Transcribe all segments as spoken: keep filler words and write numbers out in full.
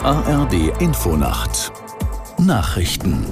A R D Infonacht Nachrichten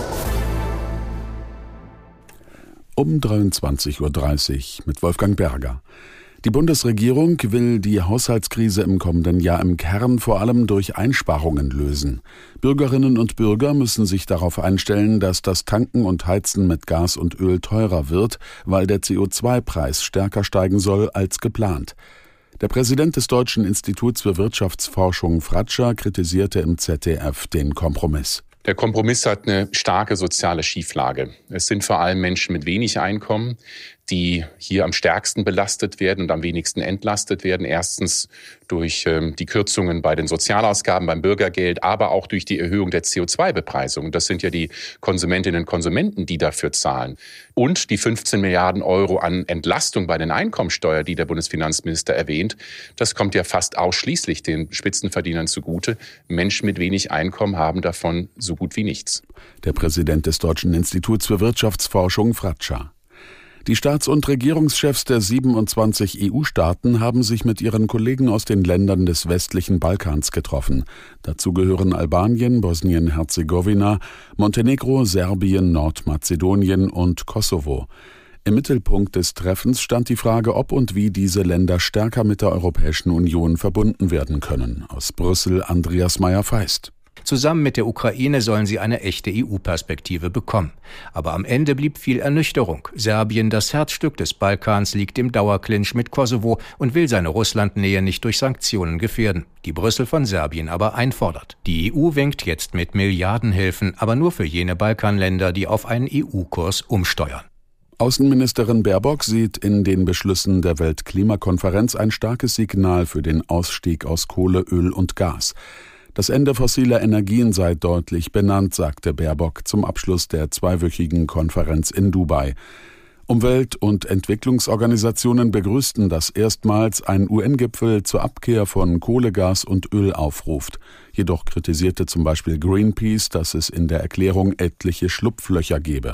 um dreiundzwanzig Uhr dreißig mit Wolfgang Berger. Die Bundesregierung will die Haushaltskrise im kommenden Jahr im Kern vor allem durch Einsparungen lösen. Bürgerinnen und Bürger müssen sich darauf einstellen, dass das Tanken und Heizen mit Gas und Öl teurer wird, weil der C O zwei Preis stärker steigen soll als geplant. Der Präsident des Deutschen Instituts für Wirtschaftsforschung, Fratscher, kritisierte im Z D F den Kompromiss. Der Kompromiss hat eine starke soziale Schieflage. Es sind vor allem Menschen mit wenig Einkommen, die hier am stärksten belastet werden und am wenigsten entlastet werden. Erstens durch ähm, die Kürzungen bei den Sozialausgaben, beim Bürgergeld, aber auch durch die Erhöhung der C O zwei Bepreisung. Das sind ja die Konsumentinnen und Konsumenten, die dafür zahlen. Und die fünfzehn Milliarden Euro an Entlastung bei den Einkommensteuer, die der Bundesfinanzminister erwähnt, das kommt ja fast ausschließlich den Spitzenverdienern zugute. Menschen mit wenig Einkommen haben davon so gut wie nichts. Der Präsident des Deutschen Instituts für Wirtschaftsforschung, Fratscher. Die Staats- und Regierungschefs der siebenundzwanzig E U-Staaten haben sich mit ihren Kollegen aus den Ländern des westlichen Balkans getroffen. Dazu gehören Albanien, Bosnien-Herzegowina, Montenegro, Serbien, Nordmazedonien und Kosovo. Im Mittelpunkt des Treffens stand die Frage, ob und wie diese Länder stärker mit der Europäischen Union verbunden werden können. Aus Brüssel Andreas Meyer-Feist. Zusammen mit der Ukraine sollen sie eine echte E U-Perspektive bekommen. Aber am Ende blieb viel Ernüchterung. Serbien, das Herzstück des Balkans, liegt im Dauerclinch mit Kosovo und will seine Russlandnähe nicht durch Sanktionen gefährden, die Brüssel von Serbien aber einfordert. Die E U winkt jetzt mit Milliardenhilfen, aber nur für jene Balkanländer, die auf einen E U-Kurs umsteuern. Außenministerin Baerbock sieht in den Beschlüssen der Weltklimakonferenz ein starkes Signal für den Ausstieg aus Kohle, Öl und Gas. Das Ende fossiler Energien sei deutlich benannt, sagte Baerbock zum Abschluss der zweiwöchigen Konferenz in Dubai. Umwelt- und Entwicklungsorganisationen begrüßten, dass erstmals ein U N-Gipfel zur Abkehr von Kohle, Gas und Öl aufruft. Jedoch kritisierte zum Beispiel Greenpeace, dass es in der Erklärung etliche Schlupflöcher gebe.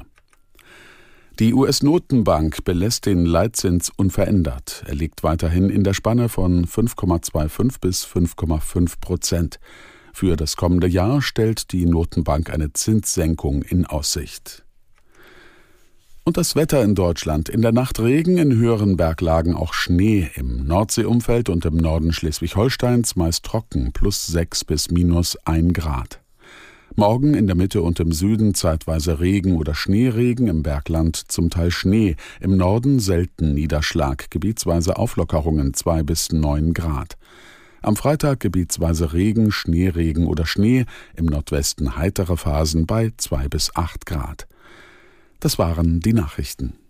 Die U S-Notenbank belässt den Leitzins unverändert. Er liegt weiterhin in der Spanne von fünf Komma fünfundzwanzig bis fünf Komma fünf Prozent. Für das kommende Jahr stellt die Notenbank eine Zinssenkung in Aussicht. Und das Wetter in Deutschland. In der Nacht Regen, in höheren Berglagen auch Schnee. Im Nordseeumfeld und im Norden Schleswig-Holsteins meist trocken, plus sechs bis minus ein Grad. Morgen in der Mitte und im Süden zeitweise Regen oder Schneeregen, im Bergland zum Teil Schnee, im Norden selten Niederschlag, gebietsweise Auflockerungen zwei bis neun Grad. Am Freitag gebietsweise Regen, Schneeregen oder Schnee, im Nordwesten heitere Phasen bei zwei bis acht Grad. Das waren die Nachrichten.